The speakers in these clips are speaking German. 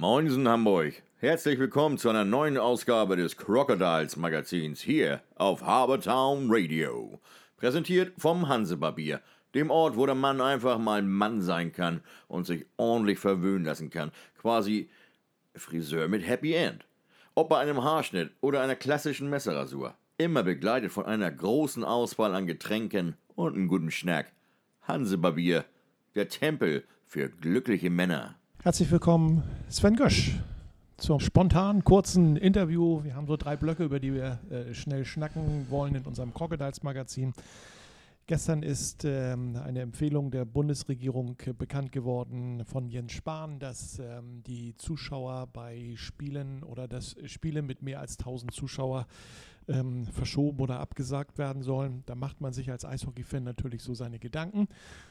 Moinsen Hamburg, herzlich willkommen zu einer neuen Ausgabe des Crocodiles Magazins hier auf Harbortown Radio. Präsentiert vom Hansebarbier, dem Ort, wo der Mann einfach mal Mann sein kann und sich ordentlich verwöhnen lassen kann. Quasi Friseur mit Happy End. Ob bei einem Haarschnitt oder einer klassischen Messerrasur. Immer begleitet von einer großen Auswahl an Getränken und einem guten Schnack. Hansebarbier, der Tempel für glückliche Männer. Herzlich willkommen, Sven Gösch, zum spontanen, kurzen Interview. Wir haben so 3 Blöcke, über die wir schnell schnacken wollen in unserem Crocodiles-Magazin. Gestern ist eine Empfehlung der Bundesregierung bekannt geworden von Jens Spahn, dass die Zuschauer bei Spielen oder dass Spiele mit mehr als 1000 Zuschauer verschoben oder abgesagt werden sollen. Da macht man sich als Eishockey-Fan natürlich so seine Gedanken.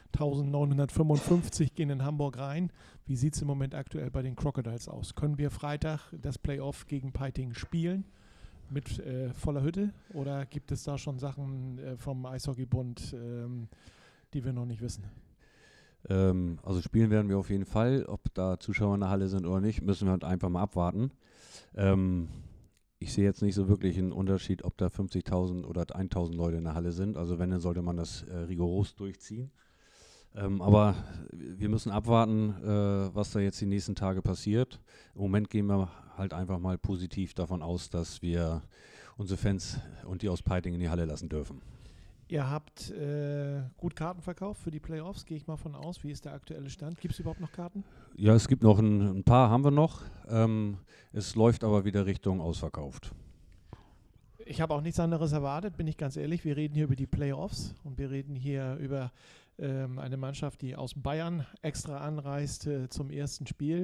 1955 gehen in Hamburg rein. Wie sieht es im Moment aktuell bei den Crocodiles aus? Können wir Freitag das Playoff gegen Peiting spielen mit voller Hütte? Oder gibt es da schon Sachen vom Eishockeybund, die wir noch nicht wissen? Also spielen werden wir auf jeden Fall. Ob da Zuschauer in der Halle sind oder nicht, müssen wir halt einfach mal abwarten. Ich sehe jetzt nicht so wirklich einen Unterschied, ob da 50.000 oder 1.000 Leute in der Halle sind. Also wenn, dann sollte man das rigoros durchziehen. Aber wir müssen abwarten, was da jetzt die nächsten Tage passiert. Im Moment gehen wir halt einfach mal positiv davon aus, dass wir unsere Fans und die aus Peiting in die Halle lassen dürfen. Ihr habt gut Karten verkauft für die Playoffs, gehe ich mal von aus. Wie ist der aktuelle Stand? Gibt es überhaupt noch Karten? Ja, es gibt noch ein paar, haben wir noch. Es läuft aber wieder Richtung ausverkauft. Ich habe auch nichts anderes erwartet, bin ich ganz ehrlich. Wir reden hier über die Playoffs und wir reden hier über eine Mannschaft, die aus Bayern extra anreist zum ersten Spiel.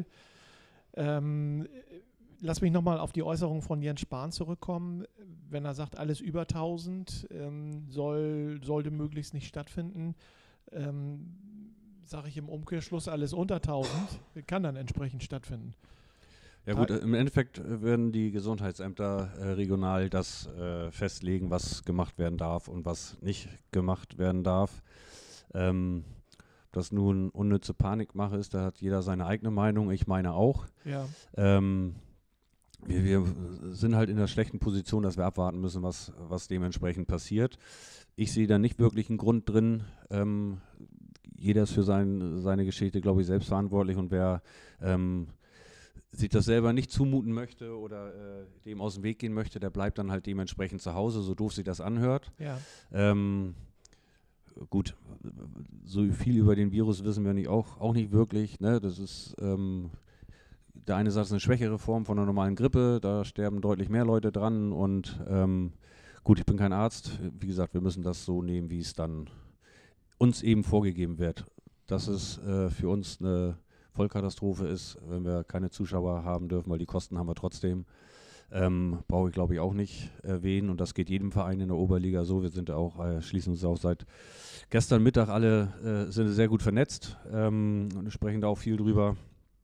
Lass mich nochmal auf die Äußerung von Jens Spahn zurückkommen. Wenn er sagt, alles über 1000 sollte möglichst nicht stattfinden, sage ich im Umkehrschluss, alles unter 1000 kann dann entsprechend stattfinden. Ja gut, im Endeffekt werden die Gesundheitsämter regional das festlegen, was gemacht werden darf und was nicht gemacht werden darf. Das nun unnütze Panikmache ist, da hat jeder seine eigene Meinung, ich meine auch. Ja. Wir sind halt in der schlechten Position, dass wir abwarten müssen, was dementsprechend passiert. Ich sehe da nicht wirklich einen Grund drin. Jeder ist für seine Geschichte, glaube ich, selbst verantwortlich und wer sich das selber nicht zumuten möchte oder dem aus dem Weg gehen möchte, der bleibt dann halt dementsprechend zu Hause, so doof sich das anhört. Ja. Gut, so viel über den Virus wissen wir auch nicht wirklich. Ne? Das ist, der eine sagt, es ist eine schwächere Form von einer normalen Grippe, da sterben deutlich mehr Leute dran und gut, ich bin kein Arzt. Wie gesagt, wir müssen das so nehmen, wie es dann uns eben vorgegeben wird. Dass es für uns eine Vollkatastrophe ist, wenn wir keine Zuschauer haben dürfen, weil die Kosten haben wir trotzdem. Brauche ich glaube ich auch nicht erwähnen und das geht jedem Verein in der Oberliga so. Wir sind auch, schließen uns auch seit gestern Mittag alle, sind sehr gut vernetzt und sprechen da auch viel drüber.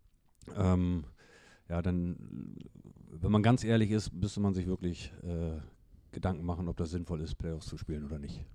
Ja, dann, wenn man ganz ehrlich ist, müsste man sich wirklich Gedanken machen, ob das sinnvoll ist, Playoffs zu spielen oder nicht.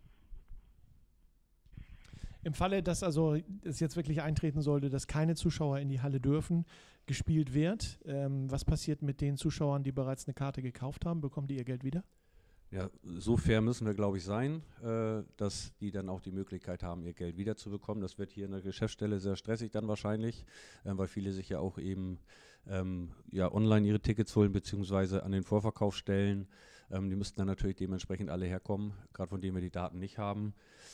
Im Falle, dass also es jetzt wirklich eintreten sollte, dass keine Zuschauer in die Halle dürfen, gespielt wird, was passiert mit den Zuschauern, die bereits eine Karte gekauft haben? Bekommen die ihr Geld wieder? Ja, so fair müssen wir, glaube ich, sein, dass die dann auch die Möglichkeit haben, ihr Geld wiederzubekommen. Das wird hier in der Geschäftsstelle sehr stressig dann wahrscheinlich, weil viele sich ja auch eben online ihre Tickets holen, beziehungsweise an den Vorverkauf stellen. Die müssten dann natürlich dementsprechend alle herkommen, gerade von denen wir die Daten nicht haben.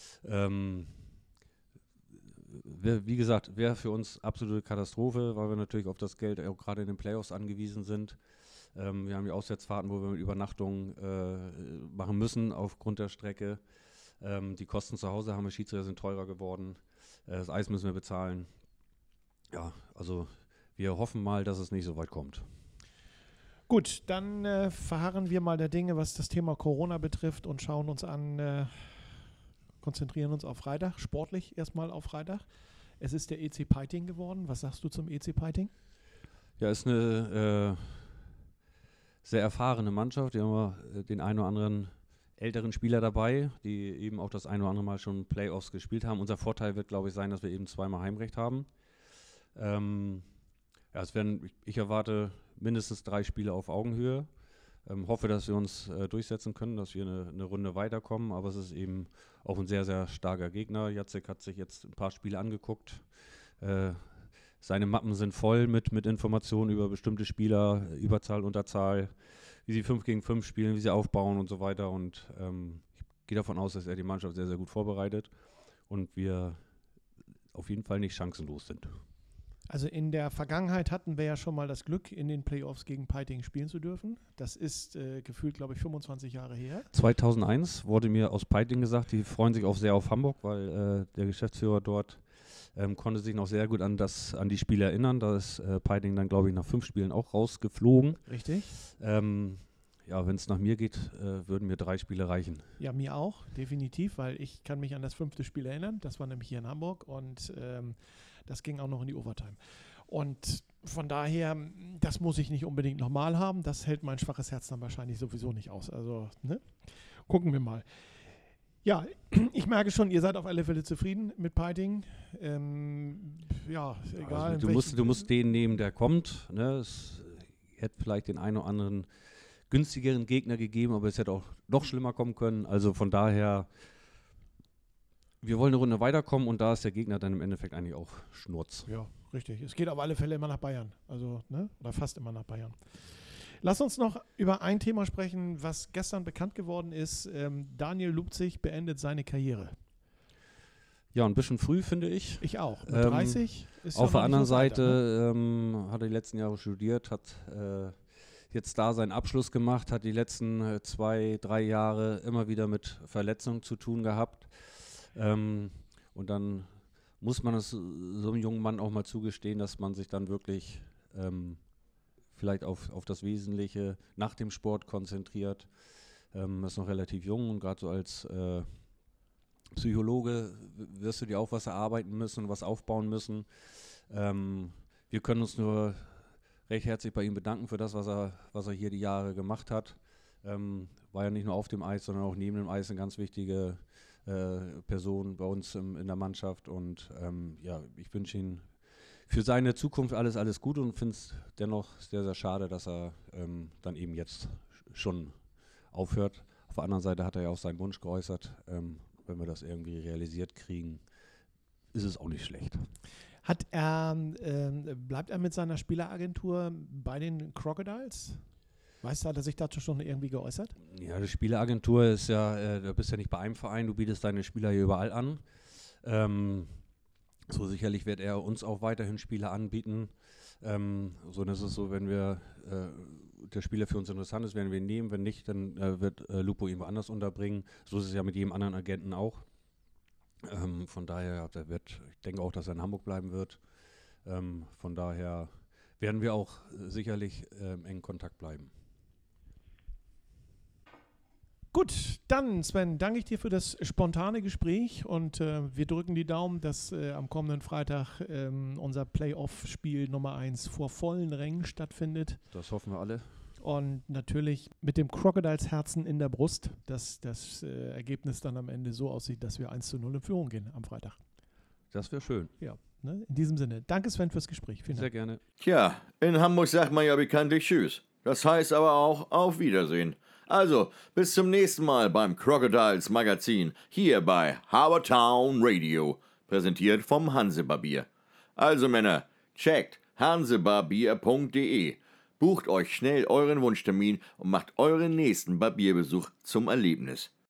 Wie gesagt, wäre für uns absolute Katastrophe, weil wir natürlich auf das Geld auch gerade in den Playoffs angewiesen sind. Wir haben die Auswärtsfahrten, wo wir mit Übernachtung machen müssen aufgrund der Strecke. Die Kosten zu Hause haben wir, Schiedsrichter sind teurer geworden. Das Eis müssen wir bezahlen. Ja, also wir hoffen mal, dass es nicht so weit kommt. Gut, dann verharren wir mal der Dinge, was das Thema Corona betrifft und schauen uns an, konzentrieren uns auf Freitag, sportlich erstmal auf Freitag. Es ist der EC Peiting geworden. Was sagst du zum EC Peiting? Ja, ist eine sehr erfahrene Mannschaft. Die haben den einen oder anderen älteren Spieler dabei, die eben auch das ein oder andere Mal schon Playoffs gespielt haben. Unser Vorteil wird, glaube ich, sein, dass wir eben zweimal Heimrecht haben. Ja, ich erwarte mindestens 3 Spiele auf Augenhöhe. Hoffe, dass wir uns durchsetzen können, dass wir eine Runde weiterkommen. Aber es ist eben auch ein sehr, sehr starker Gegner. Jacek hat sich jetzt ein paar Spiele angeguckt. Seine Mappen sind voll mit Informationen über bestimmte Spieler, Überzahl, Unterzahl, wie sie 5 gegen 5 spielen, wie sie aufbauen und so weiter. Und ich gehe davon aus, dass er die Mannschaft sehr, sehr gut vorbereitet und wir auf jeden Fall nicht chancenlos sind. Also in der Vergangenheit hatten wir ja schon mal das Glück, in den Playoffs gegen Peiting spielen zu dürfen. Das ist gefühlt, glaube ich, 25 Jahre her. 2001 wurde mir aus Peiting gesagt, die freuen sich auch sehr auf Hamburg, weil der Geschäftsführer dort konnte sich noch sehr gut an die Spiele erinnern. Da ist Peiting dann, glaube ich, nach 5 Spielen auch rausgeflogen. Richtig. Ja, wenn es nach mir geht, würden mir 3 Spiele reichen. Ja, mir auch, definitiv, weil ich kann mich an das 5. Spiel erinnern. Das war nämlich hier in Hamburg und das ging auch noch in die Overtime. Und von daher, das muss ich nicht unbedingt nochmal haben. Das hält mein schwaches Herz dann wahrscheinlich sowieso nicht aus. Also, ne? Gucken wir mal. Ja, ich merke schon, ihr seid auf alle Fälle zufrieden mit Peiting. Ja, egal. Also du musst den nehmen, der kommt. Ne? Es hätte vielleicht den einen oder anderen günstigeren Gegner gegeben, aber es hätte auch noch schlimmer kommen können. Also von daher, wir wollen eine Runde weiterkommen und da ist der Gegner dann im Endeffekt eigentlich auch Schnurz. Ja, richtig. Es geht auf alle Fälle immer nach Bayern. Also, ne? Oder fast immer nach Bayern. Lass uns noch über ein Thema sprechen, was gestern bekannt geworden ist. Daniel Lupzig beendet seine Karriere. Ja, ein bisschen früh, finde ich. Ich auch. Mit 30 ist auf der anderen Seite ne? hat er die letzten Jahre studiert, hat jetzt da seinen Abschluss gemacht, hat die letzten 2-3 Jahre immer wieder mit Verletzungen zu tun gehabt. Und dann muss man es so einem jungen Mann auch mal zugestehen, dass man sich dann wirklich vielleicht auf das Wesentliche nach dem Sport konzentriert. Ist noch relativ jung und gerade so als Psychologe wirst du dir auch was erarbeiten müssen, was aufbauen müssen. Wir können uns nur recht herzlich bei ihm bedanken für das, was er hier die Jahre gemacht hat. War ja nicht nur auf dem Eis, sondern auch neben dem Eis eine ganz wichtige Person bei uns in der Mannschaft. Und ja, ich wünsche ihm für seine Zukunft alles gut und finde es dennoch sehr, sehr schade, dass er dann eben jetzt schon aufhört. Auf der anderen Seite hat er ja auch seinen Wunsch geäußert. Wenn wir das irgendwie realisiert kriegen, ist es auch nicht schlecht. Bleibt er mit seiner Spieleragentur bei den Crocodiles? Weißt du, hat er sich dazu schon irgendwie geäußert? Ja, die Spieleragentur ist ja, du bist ja nicht bei einem Verein, du bietest deine Spieler hier überall an. So sicherlich wird er uns auch weiterhin Spieler anbieten. So ist es so, wenn der Spieler für uns interessant ist, werden wir ihn nehmen. Wenn nicht, dann wird Lupo ihn woanders unterbringen. So ist es ja mit jedem anderen Agenten auch. Von daher, ich denke auch, dass er in Hamburg bleiben wird. Von daher werden wir auch sicherlich im engen Kontakt bleiben. Gut, dann Sven, danke ich dir für das spontane Gespräch und wir drücken die Daumen, dass am kommenden Freitag unser Playoff-Spiel Nummer 1 vor vollen Rängen stattfindet. Das hoffen wir alle. Und natürlich mit dem Crocodiles-Herzen in der Brust, dass das Ergebnis dann am Ende so aussieht, dass wir 1:0 in Führung gehen am Freitag. Das wäre schön. Ja, ne? In diesem Sinne. Danke Sven fürs Gespräch. Vielen Dank. Sehr gerne. Tja, in Hamburg sagt man ja bekanntlich Tschüss. Das heißt aber auch auf Wiedersehen. Also, bis zum nächsten Mal beim Crocodiles Magazin, hier bei Habertown Radio, präsentiert vom Hansebarbier. Also Männer, checkt hansebarbier.de, bucht euch schnell euren Wunschtermin und macht euren nächsten Barbierbesuch zum Erlebnis.